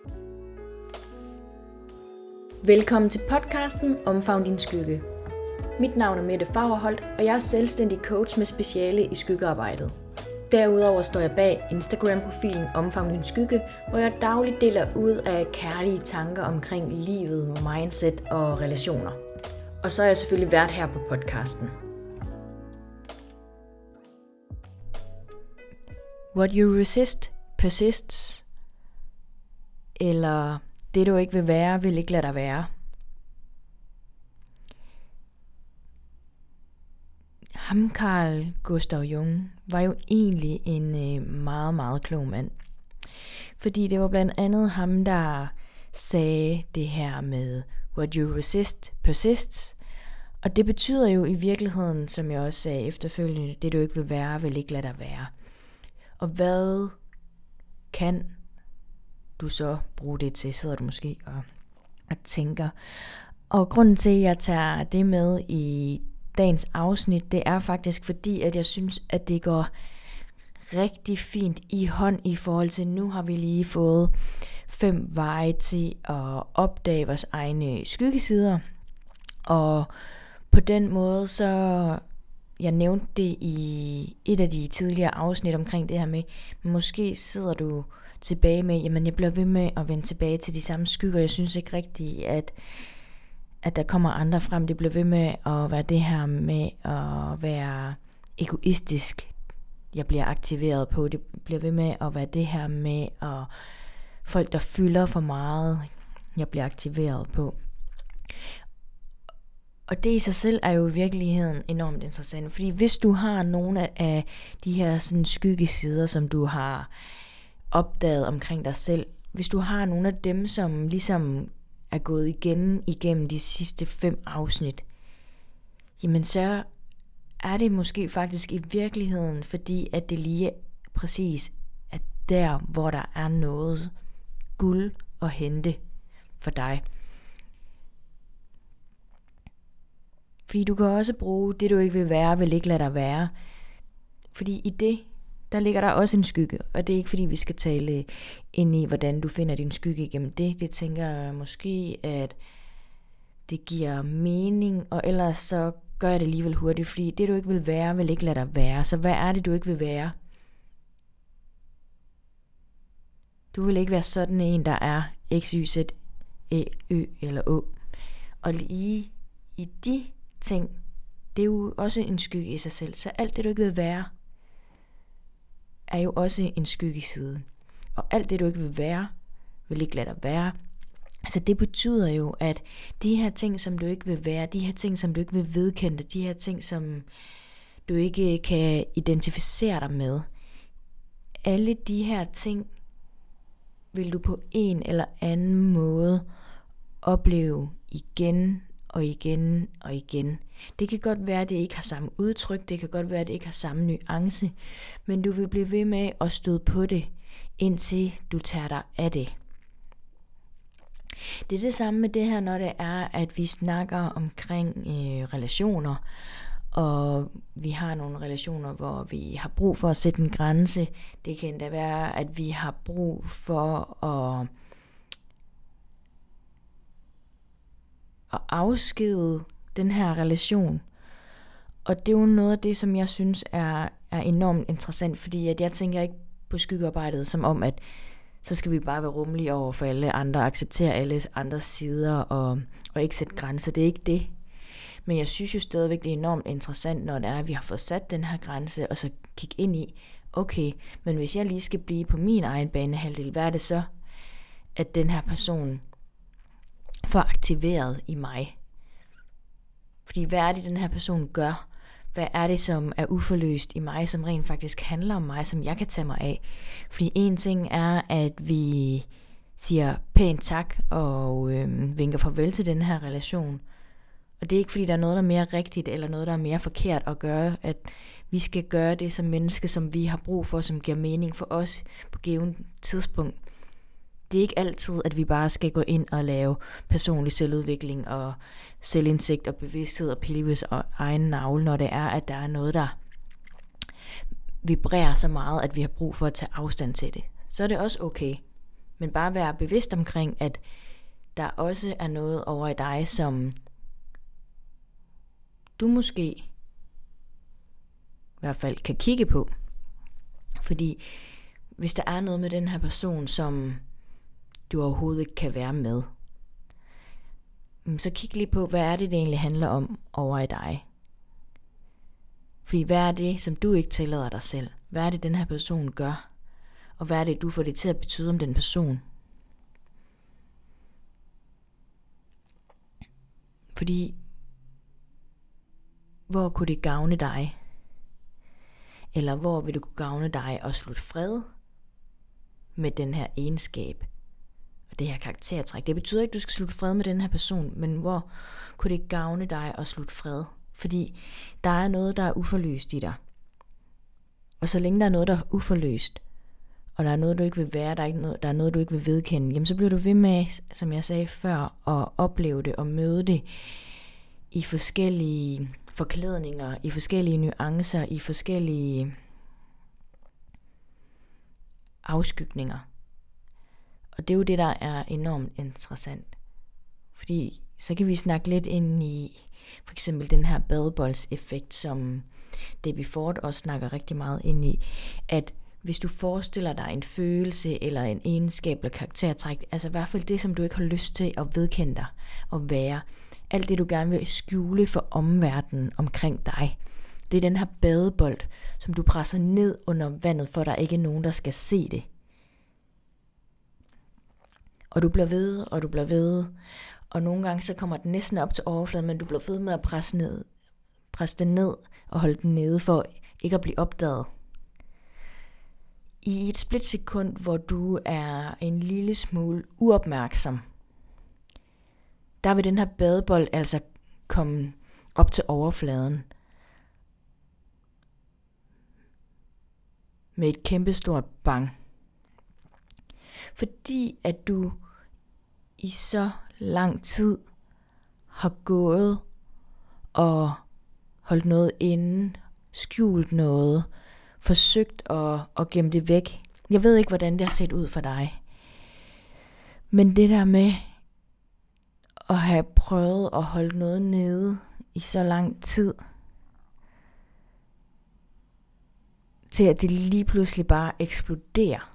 Velkommen til podcasten Omfavn din skygge. Mit navn er Mette Fagerholt, og jeg er selvstændig coach med speciale i skyggearbejdet. Derudover står jeg bag Instagram-profilen Omfavn din skygge, hvor jeg dagligt deler ud af kærlige tanker omkring livet, mindset og relationer. Og så er jeg selvfølgelig vært her på podcasten. What you resist persists. Eller det du ikke vil være, vil ikke lade dig være. Ham Carl Gustav Jung var jo egentlig en meget, meget klog mand. Fordi det var blandt andet ham, der sagde det her med what you resist persists. Og det betyder jo i virkeligheden, som jeg også sagde efterfølgende, det du ikke vil være, vil ikke lade dig være. Og hvad kan du så bruge det til, sidder du måske og tænker. Og grunden til, at jeg tager det med i dagens afsnit, det er faktisk fordi, at jeg synes, at det går rigtig fint i hånd i forhold til, nu har vi lige fået 5 veje til at opdage vores egne skyggesider. Og på den måde, så jeg nævnte det i et af de tidligere afsnit omkring det her med, måske sidder du tilbage med, jamen jeg bliver ved med at vende tilbage til de samme skygger. Jeg synes ikke rigtigt, at der kommer andre frem. Det bliver ved med at være det her med at være egoistisk. Jeg bliver aktiveret på. Det bliver ved med at være det her med at folk, der fylder for meget. Jeg bliver aktiveret på. Og det i sig selv er jo i virkeligheden enormt interessant. Fordi hvis du har nogle af de her sådan skyggesider, som du har opdaget omkring dig selv, hvis du har nogle af dem, som ligesom er gået igen igennem de sidste 5 afsnit, jamen så er det måske faktisk i virkeligheden, fordi at det lige præcis er der, hvor der er noget guld at hente for dig. Fordi du kan også bruge det, du ikke vil være, vil ikke lade dig være. Fordi i det, der ligger der også en skygge. Og det er ikke fordi, vi skal tale ind i, hvordan du finder din skygge igennem det. Det tænker jeg måske, at det giver mening. Og ellers så gør jeg det alligevel hurtigt. Fordi det, du ikke vil være, vil ikke lade dig være. Så hvad er det, du ikke vil være? Du vil ikke være sådan en, der er X, Y, Z, E, Ø eller Å. Og lige i de ting, det er jo også en skygge i sig selv. Så alt det, du ikke vil være, er jo også en skyggeside. Og alt det, du ikke vil være, vil ikke lade dig være. Altså det betyder jo, at de her ting, som du ikke vil være, de her ting, som du ikke vil vedkende, de her ting, som du ikke kan identificere dig med, alle de her ting, vil du på en eller anden måde opleve igen og igen og igen. Det kan godt være, at det ikke har samme udtryk, det kan godt være, at det ikke har samme nuance, men du vil blive ved med at støde på det, indtil du tager dig af det. Det er det samme med det her, når det er, at vi snakker omkring relationer, og vi har nogle relationer, hvor vi har brug for at sætte en grænse. Det kan da være, at vi har brug for at afskede den her relation. Og det er jo noget af det, som jeg synes er enormt interessant, fordi at jeg tænker ikke på skyggearbejdet som om, at så skal vi bare være rummelige over for alle andre, acceptere alle andres sider og ikke sætte grænser. Det er ikke det. Men jeg synes jo stadigvæk, det er enormt interessant, når det er, at vi har fået sat den her grænse, og så kigge ind i, okay, men hvis jeg lige skal blive på min egen banehalvdel, hvad er det så, at den her person får aktiveret i mig? Fordi hvad er det, den her person gør? Hvad er det, som er uforløst i mig, som rent faktisk handler om mig, som jeg kan tage mig af? Fordi en ting er, at vi siger pænt tak og vinker farvel til den her relation. Og det er ikke fordi, der er noget, der er mere rigtigt, eller noget, der er mere forkert at gøre, at vi skal gøre det som menneske, som vi har brug for, som giver mening for os på givet tidspunkt. Det er ikke altid, at vi bare skal gå ind og lave personlig selvudvikling og selvindsigt og bevidsthed og pille ved egen navle, når det er, at der er noget, der vibrerer så meget, at vi har brug for at tage afstand til det. Så er det også okay. Men bare være bevidst omkring, at der også er noget over i dig, som du måske i hvert fald kan kigge på. Fordi hvis der er noget med den her person, som du overhovedet ikke kan være med, så kig lige på, hvad er det egentlig handler om over i dig. Fordi hvad er det, som du ikke tillader dig selv? Hvad er det, den her person gør? Og hvad er det, du får det til at betyde om den person? Fordi, hvor kunne det gavne dig? Eller hvor vil det kunne gavne dig at slutte fred med den her egenskab og det her karaktertræk? Det betyder ikke, at du skal slutte fred med den her person, men hvor kunne det gavne dig at slutte fred? Fordi der er noget, der er uforløst i dig. Og så længe der er noget, der er uforløst, og der er noget, du ikke vil være, der er noget, du ikke vil vedkende, jamen så bliver du ved med, som jeg sagde før, at opleve det og møde det i forskellige forklædninger, i forskellige nuancer, i forskellige afskygninger. Og det er jo det, der er enormt interessant. Fordi så kan vi snakke lidt ind i for eksempel den her badeboldseffekt, som Debbie Ford også snakker rigtig meget ind i, at hvis du forestiller dig en følelse eller en egenskab eller karaktertræk, altså i hvert fald det, som du ikke har lyst til at vedkende dig og være, alt det du gerne vil skjule for omverdenen omkring dig, det er den her badebold, som du presser ned under vandet, for der ikke er nogen, der skal se det. Og du bliver ved, og du bliver ved, og nogle gange så kommer den næsten op til overfladen, men du bliver ved med at presse den ned og holde den nede for ikke at blive opdaget. I et splitsekund, hvor du er en lille smule uopmærksom, der vil den her badebold altså komme op til overfladen med et kæmpestort bang. Fordi at du i så lang tid har gået og holdt noget inde, skjult noget, forsøgt at gemme det væk. Jeg ved ikke, hvordan det har set ud for dig. Men det der med at have prøvet at holde noget nede i så lang tid, til at det lige pludselig bare eksploderer.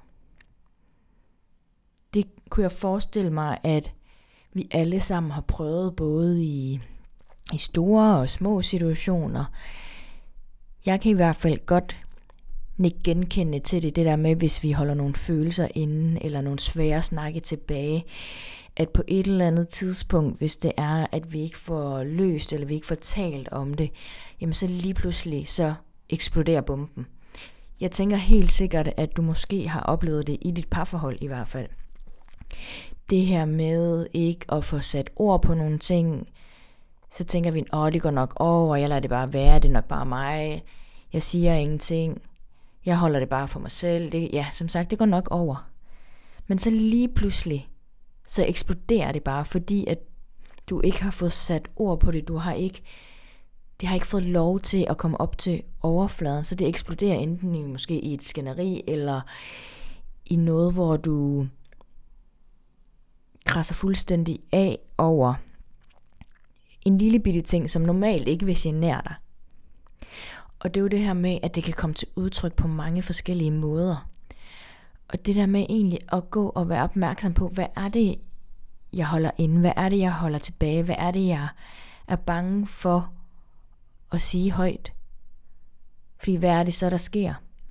Det kunne jeg forestille mig, at vi alle sammen har prøvet, både i store og små situationer. Jeg kan i hvert fald godt ikke genkende til det der med, hvis vi holder nogle følelser inde, eller nogle svære snakke tilbage, at på et eller andet tidspunkt, hvis det er, at vi ikke får løst, eller vi ikke får talt om det, jamen så lige pludselig, så eksploderer bomben. Jeg tænker helt sikkert, at du måske har oplevet det i dit parforhold i hvert fald. Det her med ikke at få sat ord på nogle ting, så tænker vi, det går nok over, jeg lader det bare være, det er nok bare mig, jeg siger ingenting, jeg holder det bare for mig selv, som sagt, det går nok over. Men så lige pludselig, så eksploderer det bare, fordi at du ikke har fået sat ord på det, det har ikke fået lov til at komme op til overfladen, så det eksploderer enten måske i et skænderi, eller i noget, hvor du krasser fuldstændig af over en lille bitte ting, som normalt ikke vil genere dig. Og det er jo det her med, at det kan komme til udtryk på mange forskellige måder. Og det der med egentlig at gå og være opmærksom på, hvad er det, jeg holder inde? Hvad er det, jeg holder tilbage? Hvad er det, jeg er bange for at sige højt? Fordi hvad er det så, der sker?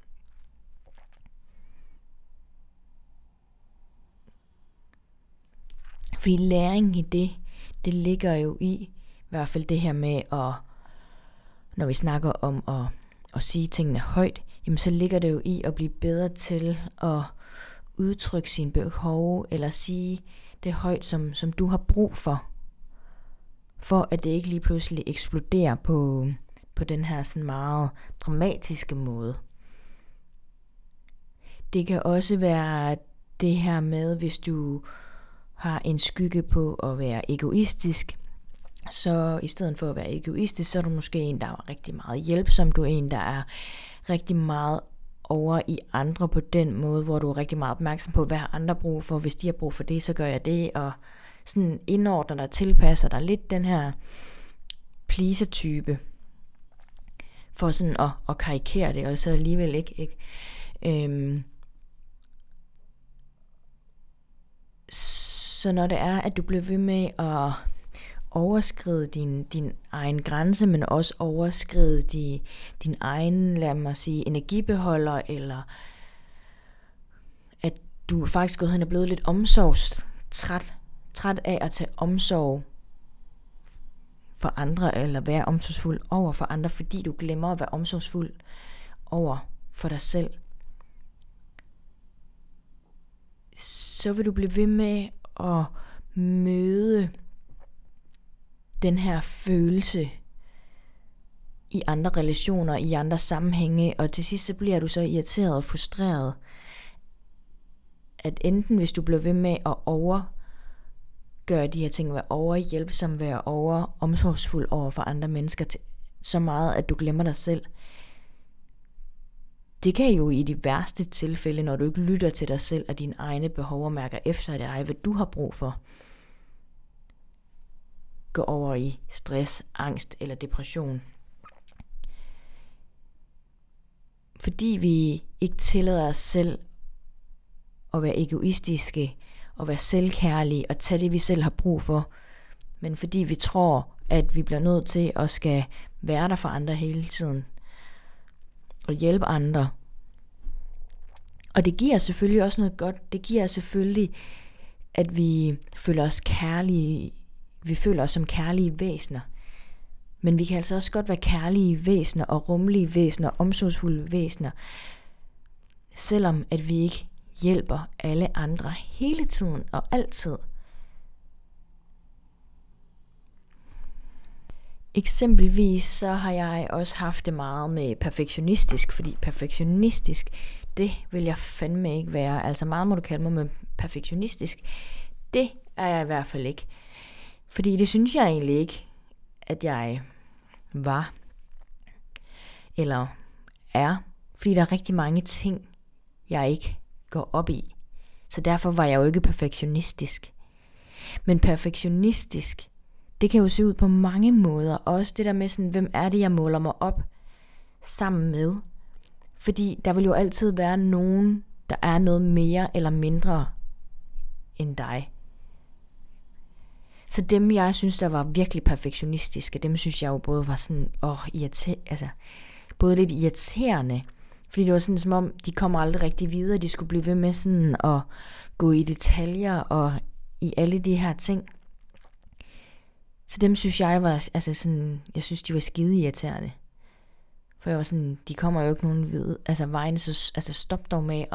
Fordi læring i det ligger jo i hvert fald det her med når vi snakker om at sige tingene højt, jamen så ligger det jo i at blive bedre til at udtrykke sine behov, eller sige det højt, som du har brug for at det ikke lige pludselig eksploderer på den her sådan meget dramatiske måde. Det kan også være det her med, hvis du har en skygge på at være egoistisk, så i stedet for at være egoistisk, så er du måske en, der er rigtig meget hjælpsom. Du er en, der er rigtig meget over i andre på den måde, hvor du er rigtig meget opmærksom på, hvad har andre brug for. Hvis de har brug for det, så gør jeg det. Og sådan indordner dig, tilpasser dig lidt den her pleaser-type. For sådan at karikere det, og så alligevel ikke. Så når det er, at du bliver ved med at overskride din egen grænse, men også overskride din egen, lad mig sige, energibeholder, eller at du faktisk gået hen og blevet lidt træt af at tage omsorg for andre, eller være omsorgsfuld over for andre, fordi du glemmer at være omsorgsfuld over for dig selv, så vil du blive ved med at møde den her følelse i andre relationer, i andre sammenhænge, og til sidst så bliver du så irriteret og frustreret, at enten hvis du bliver ved med at overgøre de her ting, være overhjælpsom, være omsorgsfuld over for andre mennesker, så meget, at du glemmer dig selv. Det kan jo i de værste tilfælde, når du ikke lytter til dig selv og dine egne behov og mærker efter dig, hvad du har brug for, gå over i stress, angst eller depression. Fordi vi ikke tillader os selv at være egoistiske og være selvkærlige og tage det, vi selv har brug for, men fordi vi tror, at vi bliver nødt til at skal være der for andre hele tiden og hjælpe andre. Og det giver selvfølgelig også noget godt. Det giver selvfølgelig, at vi føler os kærlige. Vi føler os som kærlige væsener. Men vi kan altså også godt være kærlige væsener og rummelige væsener, omsorgsfulde væsener, selvom at vi ikke hjælper alle andre hele tiden og altid. Eksempelvis så har jeg også haft det meget med perfektionistisk, fordi perfektionistisk, det vil jeg fandme ikke være. Altså meget må du kalde mig med perfektionistisk. Det er jeg i hvert fald ikke. Fordi det synes jeg egentlig ikke, at jeg var eller er. Fordi der er rigtig mange ting, jeg ikke går op i. Så derfor var jeg jo ikke perfektionistisk. Men perfektionistisk, det kan jo se ud på mange måder. Også det der med sådan, hvem er det, jeg måler mig op sammen med. Fordi der vil jo altid være nogen, der er noget mere eller mindre end dig. Så dem, jeg synes, der var virkelig perfektionistiske, dem synes jeg jo både var sådan, både lidt irriterende. Fordi det var sådan, som om, de kommer aldrig rigtig videre. De skulle blive ved med sådan at gå i detaljer og i alle de her ting. Så dem synes jeg var, jeg synes, de var skide irriterende. For jeg var sådan, de kommer jo ikke nogen ved, vejen, så stop dog med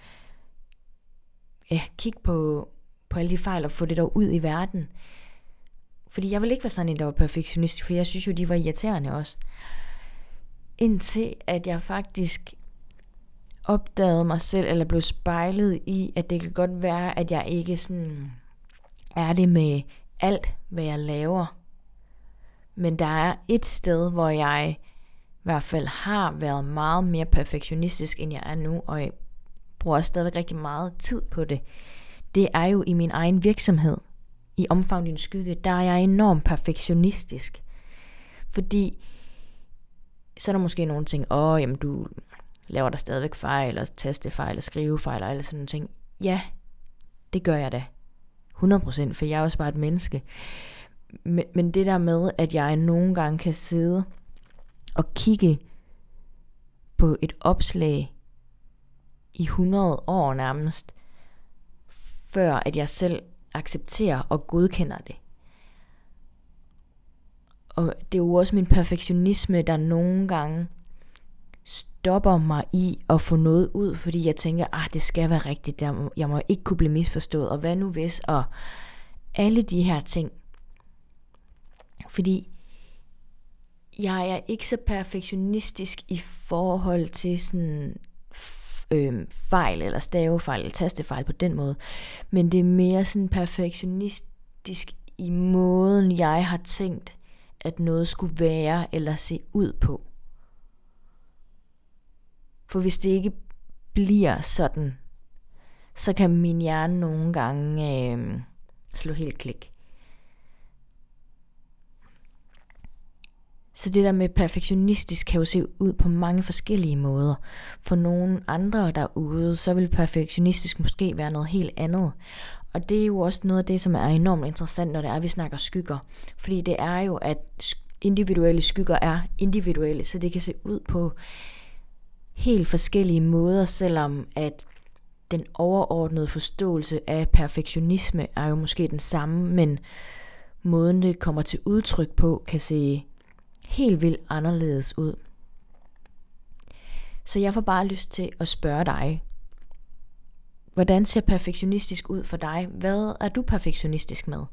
at kigge på alle de fejl og få det dog ud i verden. Fordi jeg ville ikke være sådan en, der var perfektionist, for jeg synes jo, de var irriterende også. Indtil at jeg faktisk opdagede mig selv, eller blev spejlet i, at det kan godt være, at jeg ikke sådan er det med alt, hvad jeg laver. Men der er et sted, hvor jeg i hvert fald har været meget mere perfektionistisk, end jeg er nu, og jeg bruger også stadigvæk rigtig meget tid på det. Det er jo i min egen virksomhed. I Omfavn din skygge, der er jeg enormt perfektionistisk. Fordi så er der måske nogle ting, jamen du laver der stadigvæk fejl, og tastefejl, og skrivefejl, og alle sådan nogle ting. Ja, det gør jeg da. 100%, for jeg er også bare et menneske. Men det der med, at jeg nogle gange kan sidde og kigge på et opslag i 100 år nærmest, før at jeg selv accepterer og godkender det. Og det er jo også min perfektionisme, der nogle gange stopper mig i at få noget ud, fordi jeg tænker, det skal være rigtigt, jeg må ikke kunne blive misforstået, og hvad nu hvis, og alle de her ting. Fordi jeg er ikke så perfektionistisk i forhold til sådan fejl, eller stavefejl, eller tastefejl på den måde, men det er mere sådan perfektionistisk i måden, jeg har tænkt, at noget skulle være, eller se ud på. For hvis det ikke bliver sådan, så kan min hjerne nogle gange slå helt klik. Så det der med perfektionistisk kan jo se ud på mange forskellige måder. For nogle andre derude, så vil perfektionistisk måske være noget helt andet. Og det er jo også noget af det, som er enormt interessant, når det er, at vi snakker skygger. Fordi det er jo, at individuelle skygger er individuelle, så det kan se ud på helt forskellige måder, selvom at den overordnede forståelse af perfektionisme er jo måske den samme, men måden det kommer til udtryk på, kan se helt vildt anderledes ud. Så jeg får bare lyst til at spørge dig, hvordan ser perfektionistisk ud for dig? Hvad er du perfektionistisk med?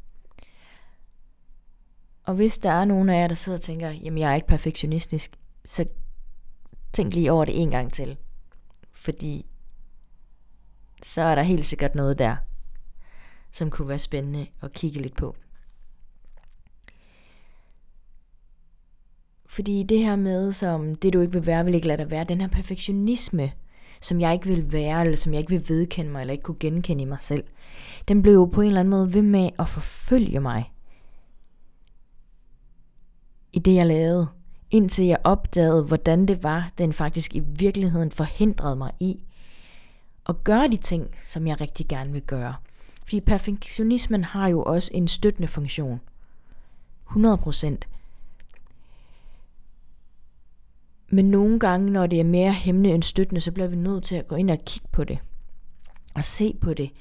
Og hvis der er nogen af jer, der sidder og tænker, jamen jeg er ikke perfektionistisk, så tænk lige over det en gang til. Fordi så er der helt sikkert noget der, som kunne være spændende at kigge lidt på. Fordi det her med, som det du ikke vil være, vil ikke lade dig være, den her perfektionisme, som jeg ikke vil være, eller som jeg ikke vil vedkende mig, eller ikke kunne genkende i mig selv, den blev jo på en eller anden måde ved med at forfølge mig i det jeg lavede, indtil jeg opdagede, hvordan det var, den faktisk i virkeligheden forhindrede mig i at gøre de ting, som jeg rigtig gerne vil gøre. Fordi perfektionismen har jo også en støttende funktion. 100%. Men nogle gange, når det er mere hæmmende end støttende, så bliver vi nødt til at gå ind og kigge på det. Og se på det.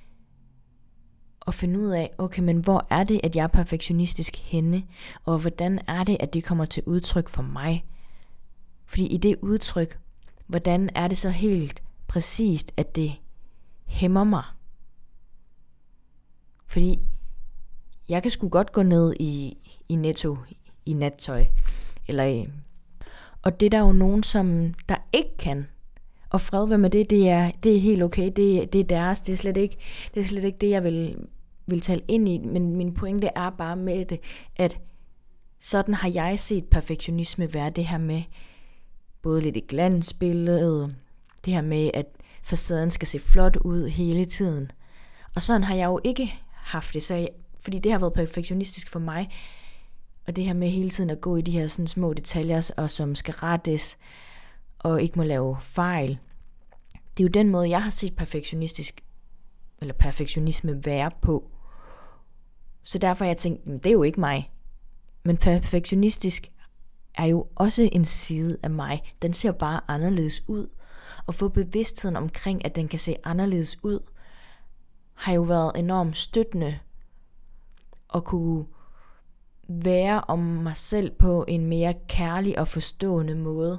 Og finde ud af, okay, men hvor er det, at jeg er perfektionistisk henne? Og hvordan er det, at det kommer til udtryk for mig? Fordi i det udtryk, hvordan er det så helt præcist, at det hæmmer mig? Fordi jeg kan sgu godt gå ned i Netto i nattøj. Og det er der jo nogen, som der ikke kan. Og fred ved med det, det er helt okay. Det er deres. Det er slet ikke det, jeg vil tale ind i. Men min pointe er bare med det, at sådan har jeg set perfektionisme være det her med, både lidt i glansbilledet, det her med, at facaden skal se flot ud hele tiden. Og sådan har jeg jo ikke haft det, fordi det har været perfektionistisk for mig. Og det her med hele tiden at gå i de her sådan små detaljer, og som skal rettes, og ikke må lave fejl. Det er jo den måde, jeg har set perfektionisme være på. Så derfor har jeg tænkt, det er jo ikke mig. Men perfektionistisk er jo også en side af mig. Den ser bare anderledes ud. Og få bevidstheden omkring, at den kan se anderledes ud, har jo været enormt støttende. At kunne være om mig selv på en mere kærlig og forstående måde.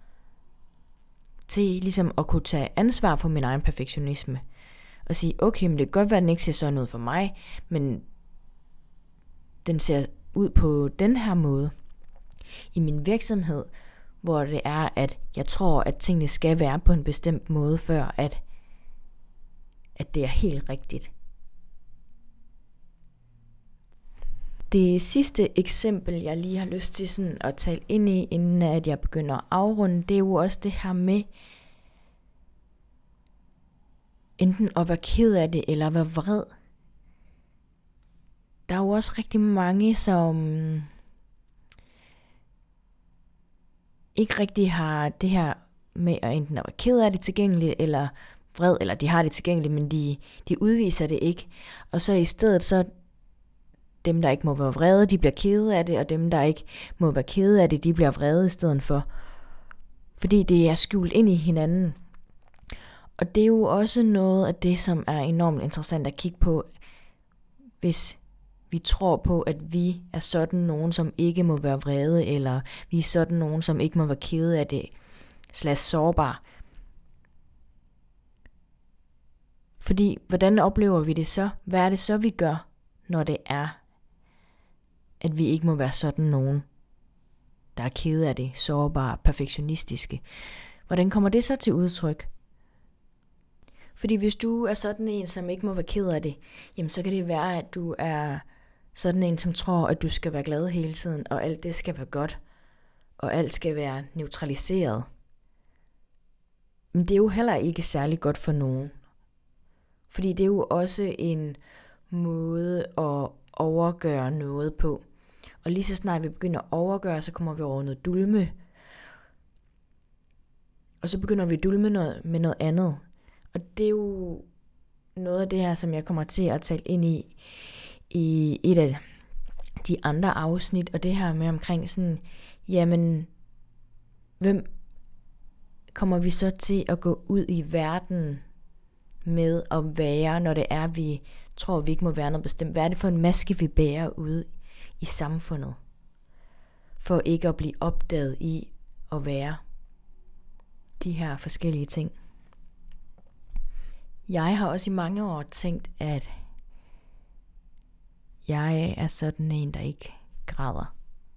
Til ligesom at kunne tage ansvar for min egen perfektionisme. Og sige, okay, men det kan godt være, at den ikke ser sådan ud for mig, men den ser ud på den her måde. I min virksomhed, hvor det er, at jeg tror, at tingene skal være på en bestemt måde, før at det er helt rigtigt. Det sidste eksempel, jeg lige har lyst til sådan at tale ind i, inden at jeg begynder at afrunde, det er jo også det her med enten at være ked af det, eller være vred. Der er jo også rigtig mange, som ikke rigtig har det her med at enten at være ked af det tilgængeligt, eller vred, eller de har det tilgængeligt, men de udviser det ikke. Og så i stedet så dem, der ikke må være vrede, de bliver kede af det, og dem, der ikke må være kede af det, de bliver vrede i stedet for. Fordi det er skjult ind i hinanden. Og det er jo også noget af det, som er enormt interessant at kigge på, hvis vi tror på, at vi er sådan nogen, som ikke må være vrede, eller vi er sådan nogen, som ikke må være kede af det, /sårbar. Fordi, hvordan oplever vi det så? Hvad er det så, vi gør, når det er, at vi ikke må være sådan nogen, der er kede af det, sårbare, perfektionistiske? Hvordan kommer det så til udtryk? Fordi hvis du er sådan en, som ikke må være ked af det, jamen så kan det være, at du er sådan en, som tror, at du skal være glad hele tiden, og alt det skal være godt, og alt skal være neutraliseret. Men det er jo heller ikke særlig godt for nogen. Fordi det er jo også en måde at overgøre noget på. Og lige så snart vi begynder at overgøre, så kommer vi over noget dulme. Og så begynder vi at dulme med noget andet. Og det er jo noget af det her, som jeg kommer til at tale ind i et af de andre afsnit. Og det her med omkring sådan, jamen, hvem kommer vi så til at gå ud i verden med at være, når det er, vi tror, vi ikke må være noget bestemt? Hvad er det for en maske, vi bærer ude i samfundet? For ikke at blive opdaget i at være de her forskellige ting. Jeg har også i mange år tænkt, at jeg er sådan en, der ikke græder.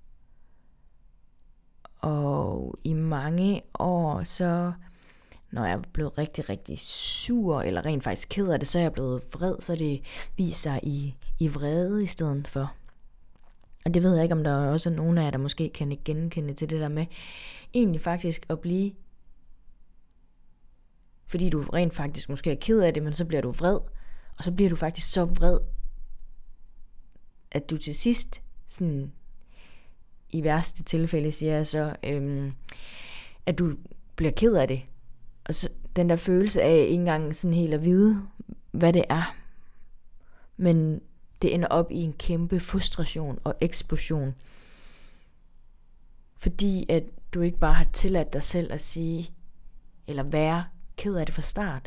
Og i mange år, så når jeg er blevet rigtig, rigtig sur, eller rent faktisk ked af det, så er jeg blevet vred, så det viser i vrede i stedet for. Og det ved jeg ikke, om der er også nogen af jer, der måske kan genkende til det der med, egentlig faktisk at blive, fordi du rent faktisk måske er ked af det, men så bliver du vred, og så bliver du faktisk så vred, at du til sidst, sådan i værste tilfælde siger jeg så, at du bliver ked af det. Og så den der følelse af ikke engang sådan helt at vide, hvad det er. Men det ender op i en kæmpe frustration og eksplosion. Fordi at du ikke bare har tilladt dig selv at sige, eller være ked af det fra start.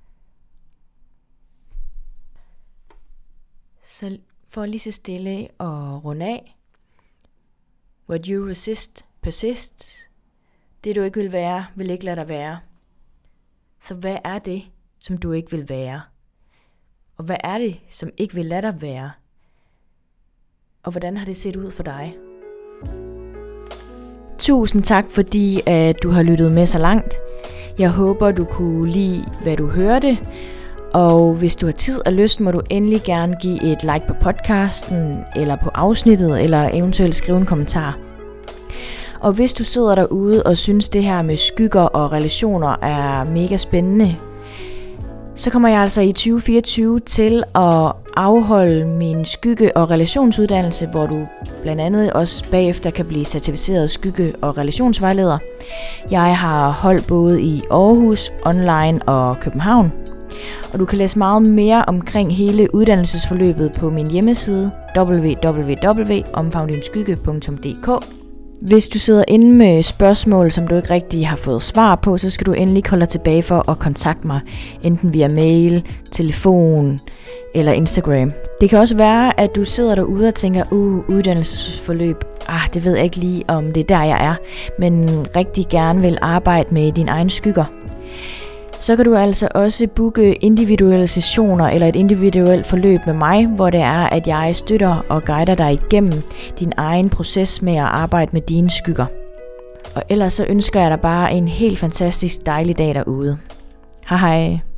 Så for lige så stille og runde af. What you resist, persist. Det du ikke vil være, vil ikke lade dig være. Så hvad er det, som du ikke vil være? Og hvad er det, som ikke vil lade dig være? Og hvordan har det set ud for dig? Tusind tak, fordi du har lyttet med så langt. Jeg håber, du kunne lide, hvad du hørte. Og hvis du har tid og lyst, må du endelig gerne give et like på podcasten, eller på afsnittet, eller eventuelt skrive en kommentar. Og hvis du sidder derude og synes, det her med skygger og relationer er mega spændende, så kommer jeg altså i 2024 til at afholde min skygge- og relationsuddannelse, hvor du blandt andet også bagefter kan blive certificeret skygge- og relationsvejleder. Jeg har holdt både i Aarhus, online og København. Og du kan læse meget mere omkring hele uddannelsesforløbet på min hjemmeside www.omfavndinskygge.dk. Hvis du sidder inde med spørgsmål, som du ikke rigtig har fået svar på, så skal du endelig holde dig tilbage for at kontakte mig, enten via mail, telefon eller Instagram. Det kan også være, at du sidder derude og tænker, uddannelsesforløb, det ved jeg ikke lige, om det er der, jeg er, men rigtig gerne vil arbejde med dine egne skygger. Så kan du altså også booke individuelle sessioner eller et individuelt forløb med mig, hvor det er, at jeg støtter og guider dig igennem din egen proces med at arbejde med dine skygger. Og ellers så ønsker jeg dig bare en helt fantastisk dejlig dag derude. Hej hej.